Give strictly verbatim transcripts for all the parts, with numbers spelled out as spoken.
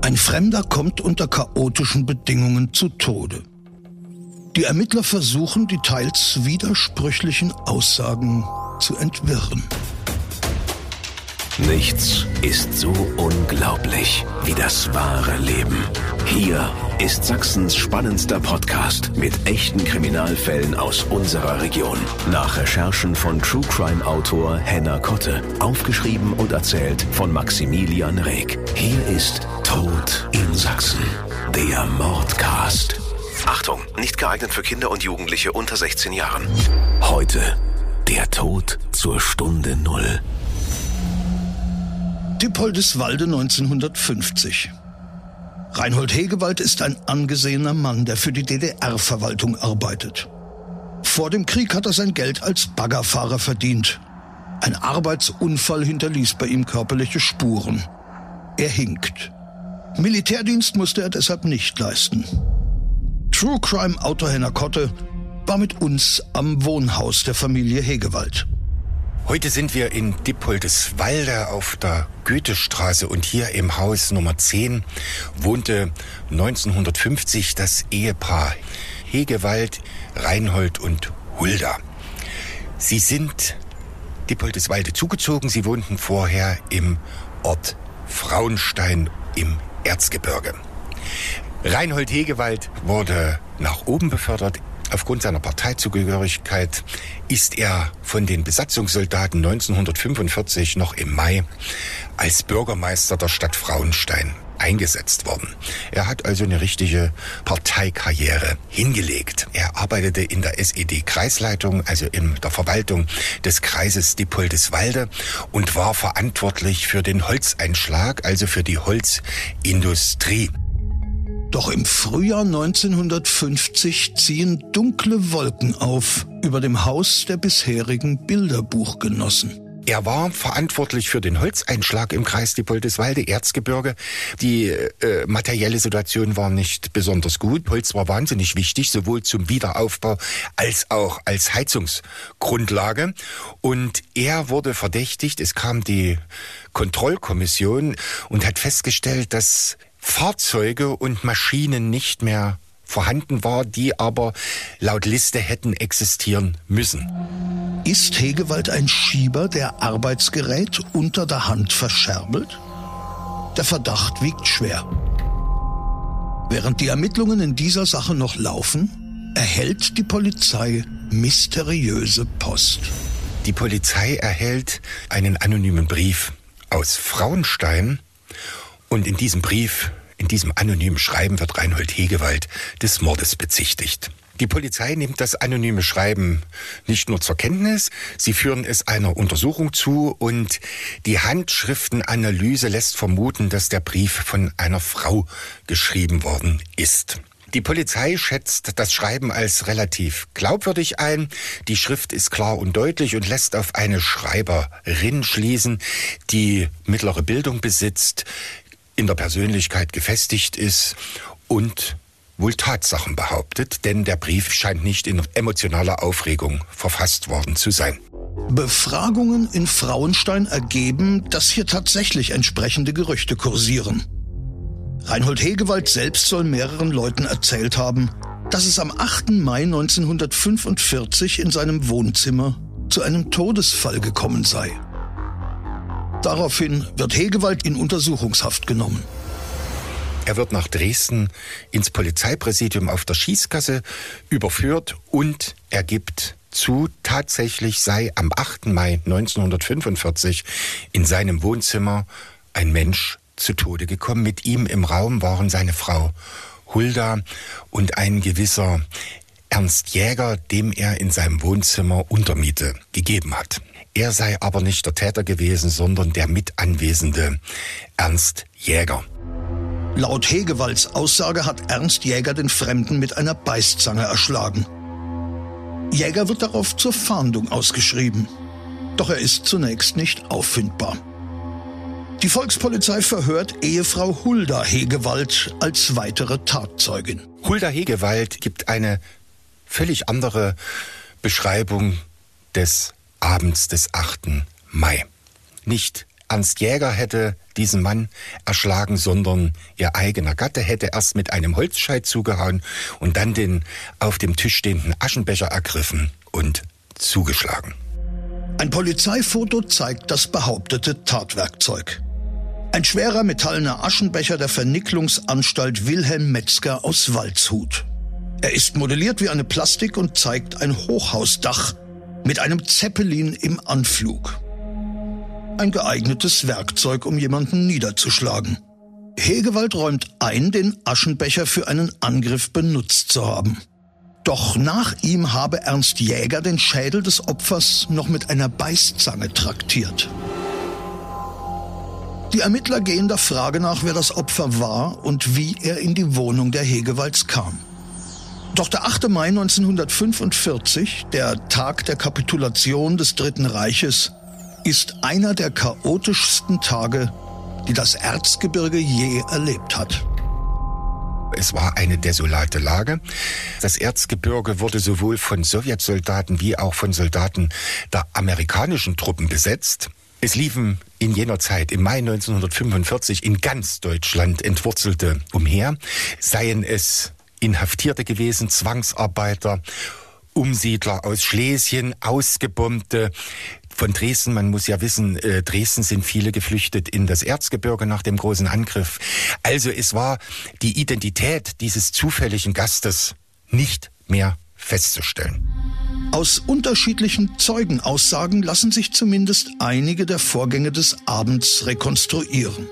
Ein Fremder kommt unter chaotischen Bedingungen zu Tode. Die Ermittler versuchen, die teils widersprüchlichen Aussagen zu entwirren. Nichts ist so unglaublich wie das wahre Leben. Hier ist Sachsens spannendster Podcast mit echten Kriminalfällen aus unserer Region. Nach Recherchen von True Crime Autor Henner Kotte. Aufgeschrieben und erzählt von Maximilian Reg. Hier ist Tod in Sachsen. Der Mordcast. Achtung, nicht geeignet für Kinder und Jugendliche unter sechzehn Jahren. Heute der Tod zur Stunde Null. Dippoldiswalde neunzehnhundertfünfzig. Reinhold Hegewald ist ein angesehener Mann, der für die D D R-Verwaltung arbeitet. Vor dem Krieg hat er sein Geld als Baggerfahrer verdient. Ein Arbeitsunfall hinterließ bei ihm körperliche Spuren. Er hinkt. Militärdienst musste er deshalb nicht leisten. True Crime Autor Henner Kotte war mit uns am Wohnhaus der Familie Hegewald. Heute sind wir in Dippoldiswalde auf der Goethestraße und hier im Haus Nummer zehn wohnte neunzehnhundertfünfzig das Ehepaar Hegewald, Reinhold und Hulda. Sie sind Dippoldiswalde zugezogen, sie wohnten vorher im Ort Frauenstein im Erzgebirge. Reinhold Hegewald wurde nach oben befördert. Aufgrund seiner Parteizugehörigkeit ist er von den Besatzungssoldaten neunzehnhundertfünfundvierzig noch im Mai als Bürgermeister der Stadt Frauenstein eingesetzt worden. Er hat also eine richtige Parteikarriere hingelegt. Er arbeitete in der S E D-Kreisleitung, also in der Verwaltung des Kreises Dippoldiswalde und war verantwortlich für den Holzeinschlag, also für die Holzindustrie. Doch im Frühjahr neunzehnhundertfünfzig ziehen dunkle Wolken auf über dem Haus der bisherigen Bilderbuchgenossen. Er war verantwortlich für den Holzeinschlag im Kreis Dippoldiswalde, Erzgebirge. Die äh, materielle Situation war nicht besonders gut. Holz war wahnsinnig wichtig, sowohl zum Wiederaufbau als auch als Heizungsgrundlage. Und er wurde verdächtigt, es kam die Kontrollkommission und hat festgestellt, dass Fahrzeuge und Maschinen nicht mehr vorhanden war, die aber laut Liste hätten existieren müssen. Ist Hegewald ein Schieber, der Arbeitsgerät unter der Hand verscherbelt? Der Verdacht wiegt schwer. Während die Ermittlungen in dieser Sache noch laufen, erhält die Polizei mysteriöse Post. Die Polizei erhält einen anonymen Brief aus Frauenstein. Und in diesem Brief, in diesem anonymen Schreiben wird Reinhold Hegewald des Mordes bezichtigt. Die Polizei nimmt das anonyme Schreiben nicht nur zur Kenntnis, sie führen es einer Untersuchung zu und die Handschriftenanalyse lässt vermuten, dass der Brief von einer Frau geschrieben worden ist. Die Polizei schätzt das Schreiben als relativ glaubwürdig ein. Die Schrift ist klar und deutlich und lässt auf eine Schreiberin schließen, die mittlere Bildung besitzt, in der Persönlichkeit gefestigt ist und wohl Tatsachen behauptet, denn der Brief scheint nicht in emotionaler Aufregung verfasst worden zu sein. Befragungen in Frauenstein ergeben, dass hier tatsächlich entsprechende Gerüchte kursieren. Reinhold Hegewald selbst soll mehreren Leuten erzählt haben, dass es am achten Mai neunzehnhundertfünfundvierzig in seinem Wohnzimmer zu einem Todesfall gekommen sei. Daraufhin wird Hegewald in Untersuchungshaft genommen. Er wird nach Dresden ins Polizeipräsidium auf der Schießgasse überführt und er gibt zu, tatsächlich sei am achten Mai neunzehnhundertfünfundvierzig in seinem Wohnzimmer ein Mensch zu Tode gekommen. Mit ihm im Raum waren seine Frau Hulda und ein gewisser Ernst Jäger, dem er in seinem Wohnzimmer Untermiete gegeben hat. Er sei aber nicht der Täter gewesen, sondern der mitanwesende Ernst Jäger. Laut Hegewalds Aussage hat Ernst Jäger den Fremden mit einer Beißzange erschlagen. Jäger wird darauf zur Fahndung ausgeschrieben. Doch er ist zunächst nicht auffindbar. Die Volkspolizei verhört Ehefrau Hulda Hegewald als weitere Tatzeugin. Hulda Hegewald gibt eine völlig andere Beschreibung des Abends des achten Mai. Nicht Ernst Jäger hätte diesen Mann erschlagen, sondern ihr eigener Gatte hätte erst mit einem Holzscheit zugehauen und dann den auf dem Tisch stehenden Aschenbecher ergriffen und zugeschlagen. Ein Polizeifoto zeigt das behauptete Tatwerkzeug. Ein schwerer metallener Aschenbecher der Vernicklungsanstalt Wilhelm Metzger aus Waldshut. Er ist modelliert wie eine Plastik und zeigt ein Hochhausdach mit einem Zeppelin im Anflug. Ein geeignetes Werkzeug, um jemanden niederzuschlagen. Hegewald räumt ein, den Aschenbecher für einen Angriff benutzt zu haben. Doch nach ihm habe Ernst Jäger den Schädel des Opfers noch mit einer Beißzange traktiert. Die Ermittler gehen der Frage nach, wer das Opfer war und wie er in die Wohnung der Hegewalds kam. Doch der achte Mai neunzehnhundertfünfundvierzig, der Tag der Kapitulation des Dritten Reiches, ist einer der chaotischsten Tage, die das Erzgebirge je erlebt hat. Es war eine desolate Lage. Das Erzgebirge wurde sowohl von Sowjetsoldaten wie auch von Soldaten der amerikanischen Truppen besetzt. Es liefen in jener Zeit, im Mai neunzehnhundertfünfundvierzig, in ganz Deutschland Entwurzelte umher, seien es Inhaftierte gewesen, Zwangsarbeiter, Umsiedler aus Schlesien, Ausgebombte. Von Dresden, man muss ja wissen, äh, Dresden sind viele geflüchtet in das Erzgebirge nach dem großen Angriff. Also es war die Identität dieses zufälligen Gastes nicht mehr festzustellen. Aus unterschiedlichen Zeugenaussagen lassen sich zumindest einige der Vorgänge des Abends rekonstruieren.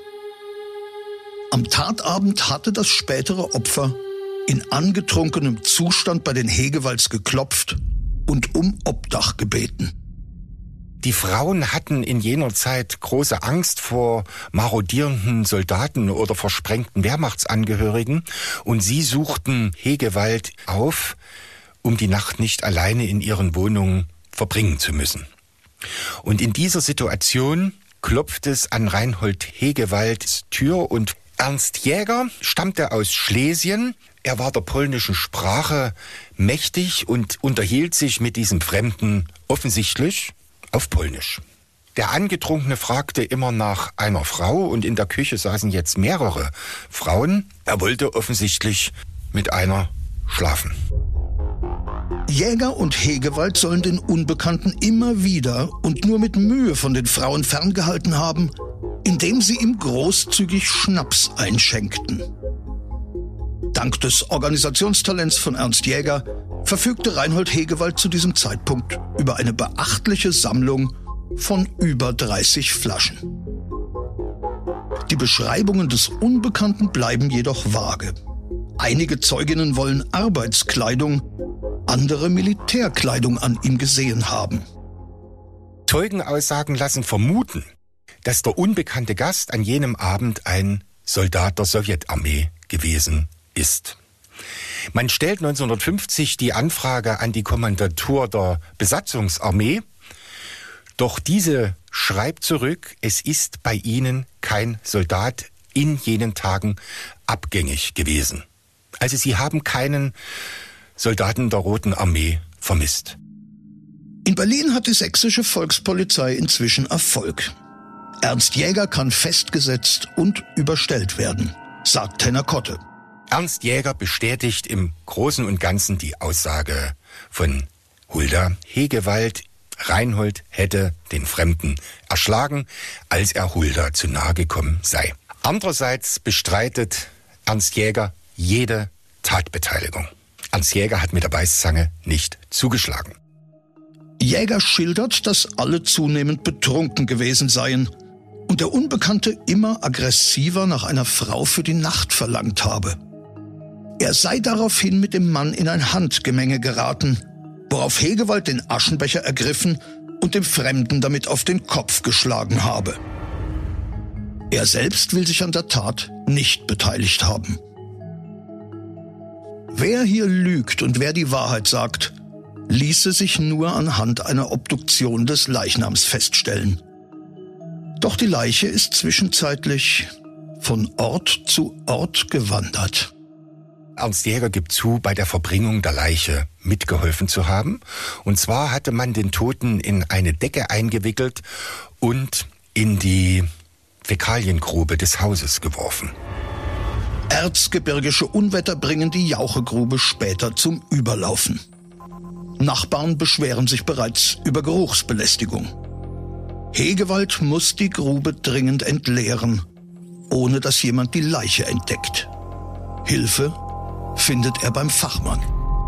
Am Tatabend hatte das spätere Opfer in angetrunkenem Zustand bei den Hegewalds geklopft und um Obdach gebeten. Die Frauen hatten in jener Zeit große Angst vor marodierenden Soldaten oder versprengten Wehrmachtsangehörigen und sie suchten Hegewald auf, um die Nacht nicht alleine in ihren Wohnungen verbringen zu müssen. Und in dieser Situation klopft es an Reinhold Hegewalds Tür und Ernst Jäger stammte aus Schlesien. Er war der polnischen Sprache mächtig und unterhielt sich mit diesem Fremden offensichtlich auf Polnisch. Der Angetrunkene fragte immer nach einer Frau und in der Küche saßen jetzt mehrere Frauen. Er wollte offensichtlich mit einer schlafen. Jäger und Hegewald sollen den Unbekannten immer wieder und nur mit Mühe von den Frauen ferngehalten haben, indem sie ihm großzügig Schnaps einschenkten. Dank des Organisationstalents von Ernst Jäger verfügte Reinhold Hegewald zu diesem Zeitpunkt über eine beachtliche Sammlung von über dreißig Flaschen. Die Beschreibungen des Unbekannten bleiben jedoch vage. Einige Zeuginnen wollen Arbeitskleidung, andere Militärkleidung an ihm gesehen haben. Zeugenaussagen lassen vermuten, dass der unbekannte Gast an jenem Abend ein Soldat der Sowjetarmee gewesen ist. Man stellt neunzehnhundertfünfzig die Anfrage an die Kommandantur der Besatzungsarmee, doch diese schreibt zurück, es ist bei ihnen kein Soldat in jenen Tagen abgängig gewesen. Also sie haben keinen Soldaten der Roten Armee vermisst. In Berlin hat die sächsische Volkspolizei inzwischen Erfolg. Ernst Jäger kann festgesetzt und überstellt werden, sagt Henner Kotte. Ernst Jäger bestätigt im Großen und Ganzen die Aussage von Hulda Hegewald. Reinhold hätte den Fremden erschlagen, als er Hulda zu nahe gekommen sei. Andererseits bestreitet Ernst Jäger jede Tatbeteiligung. Ernst Jäger hat mit der Beißzange nicht zugeschlagen. Jäger schildert, dass alle zunehmend betrunken gewesen seien und der Unbekannte immer aggressiver nach einer Frau für die Nacht verlangt habe. Er sei daraufhin mit dem Mann in ein Handgemenge geraten, worauf Hegewald den Aschenbecher ergriffen und dem Fremden damit auf den Kopf geschlagen habe. Er selbst will sich an der Tat nicht beteiligt haben. Wer hier lügt und wer die Wahrheit sagt, ließe sich nur anhand einer Obduktion des Leichnams feststellen. Doch die Leiche ist zwischenzeitlich von Ort zu Ort gewandert. Ernst Jäger gibt zu, bei der Verbringung der Leiche mitgeholfen zu haben. Und zwar hatte man den Toten in eine Decke eingewickelt und in die Fäkaliengrube des Hauses geworfen. Erzgebirgische Unwetter bringen die Jauchegrube später zum Überlaufen. Nachbarn beschweren sich bereits über Geruchsbelästigung. Hegewald muss die Grube dringend entleeren, ohne dass jemand die Leiche entdeckt. Hilfe findet er beim Fachmann.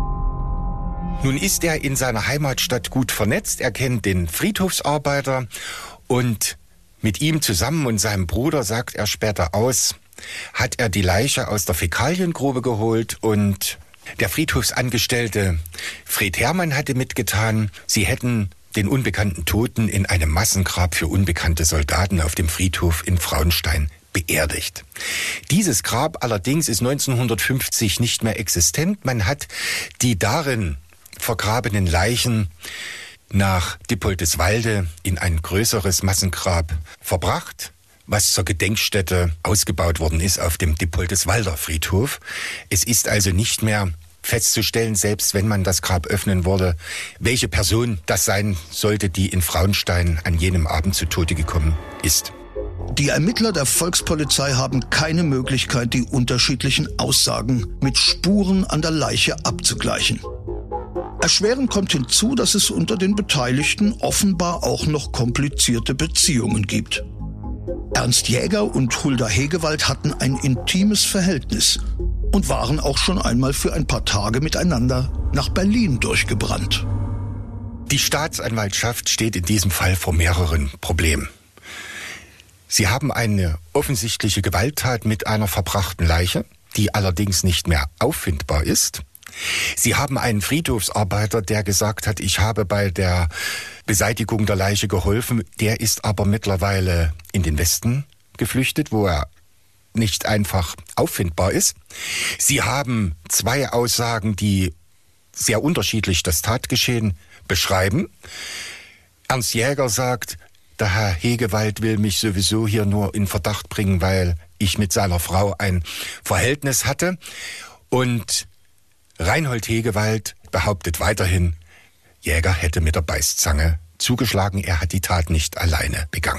Nun ist er in seiner Heimatstadt gut vernetzt. Er kennt den Friedhofsarbeiter und mit ihm zusammen und seinem Bruder, sagt er später aus, hat er die Leiche aus der Fäkaliengrube geholt und der Friedhofsangestellte Fred Herrmann hatte mitgetan, sie hätten den unbekannten Toten in einem Massengrab für unbekannte Soldaten auf dem Friedhof in Frauenstein beerdigt. Dieses Grab allerdings ist neunzehnhundertfünfzig nicht mehr existent. Man hat die darin vergrabenen Leichen nach Dippoldeswalde in ein größeres Massengrab verbracht, was zur Gedenkstätte ausgebaut worden ist auf dem Dippoldeswalder Friedhof. Es ist also nicht mehr festzustellen, selbst wenn man das Grab öffnen würde, welche Person das sein sollte, die in Frauenstein an jenem Abend zu Tode gekommen ist. Die Ermittler der Volkspolizei haben keine Möglichkeit, die unterschiedlichen Aussagen mit Spuren an der Leiche abzugleichen. Erschwerend kommt hinzu, dass es unter den Beteiligten offenbar auch noch komplizierte Beziehungen gibt. Ernst Jäger und Hulda Hegewald hatten ein intimes Verhältnis und waren auch schon einmal für ein paar Tage miteinander nach Berlin durchgebrannt. Die Staatsanwaltschaft steht in diesem Fall vor mehreren Problemen. Sie haben eine offensichtliche Gewalttat mit einer verbrachten Leiche, die allerdings nicht mehr auffindbar ist. Sie haben einen Friedhofsarbeiter, der gesagt hat, ich habe bei der Beseitigung der Leiche geholfen. Der ist aber mittlerweile in den Westen geflüchtet, wo er nicht einfach auffindbar ist. Sie haben zwei Aussagen, die sehr unterschiedlich das Tatgeschehen beschreiben. Ernst Jäger sagt, der Herr Hegewald will mich sowieso hier nur in Verdacht bringen, weil ich mit seiner Frau ein Verhältnis hatte. Und Reinhold Hegewald behauptet weiterhin, Jäger hätte mit der Beißzange zugeschlagen, er hat die Tat nicht alleine begangen.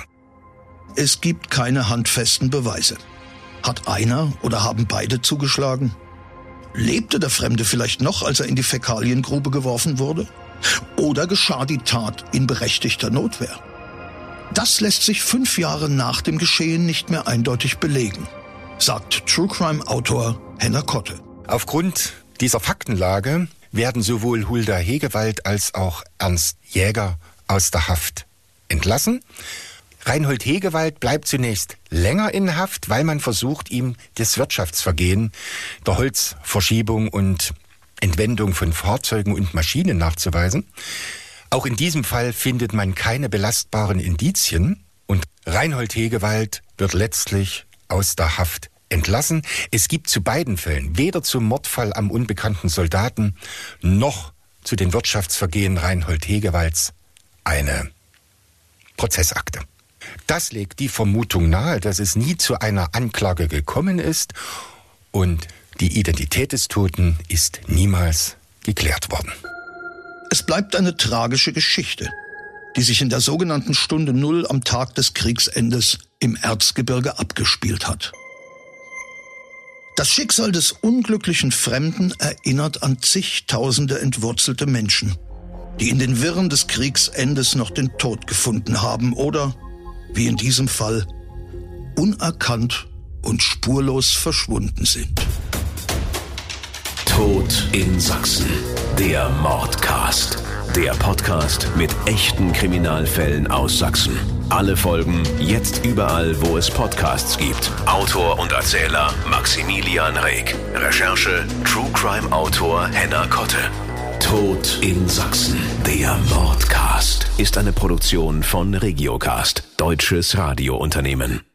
Es gibt keine handfesten Beweise. Hat einer oder haben beide zugeschlagen? Lebte der Fremde vielleicht noch, als er in die Fäkaliengrube geworfen wurde? Oder geschah die Tat in berechtigter Notwehr? Das lässt sich fünf Jahre nach dem Geschehen nicht mehr eindeutig belegen, sagt True Crime Autor Henner Kotte. Aufgrund dieser Faktenlage werden sowohl Hulda Hegewald als auch Ernst Jäger aus der Haft entlassen. Reinhold Hegewald bleibt zunächst länger in Haft, weil man versucht, ihm das Wirtschaftsvergehen der Holzverschiebung und Entwendung von Fahrzeugen und Maschinen nachzuweisen. Auch in diesem Fall findet man keine belastbaren Indizien und Reinhold Hegewald wird letztlich aus der Haft entlassen. Es gibt zu beiden Fällen, weder zum Mordfall am unbekannten Soldaten noch zu den Wirtschaftsvergehen Reinhold Hegewalds, eine Prozessakte. Das legt die Vermutung nahe, dass es nie zu einer Anklage gekommen ist und die Identität des Toten ist niemals geklärt worden. Es bleibt eine tragische Geschichte, die sich in der sogenannten Stunde Null am Tag des Kriegsendes im Erzgebirge abgespielt hat. Das Schicksal des unglücklichen Fremden erinnert an zigtausende entwurzelte Menschen, die in den Wirren des Kriegsendes noch den Tod gefunden haben oder, wie in diesem Fall, unerkannt und spurlos verschwunden sind. Tod in Sachsen, der Mordcast. Der Podcast mit echten Kriminalfällen aus Sachsen. Alle Folgen jetzt überall, wo es Podcasts gibt. Autor und Erzähler Maximilian Reg. Recherche True Crime Autor Henner Kotte. Tod in Sachsen, der Mordcast, ist eine Produktion von Regiocast, deutsches Radiounternehmen.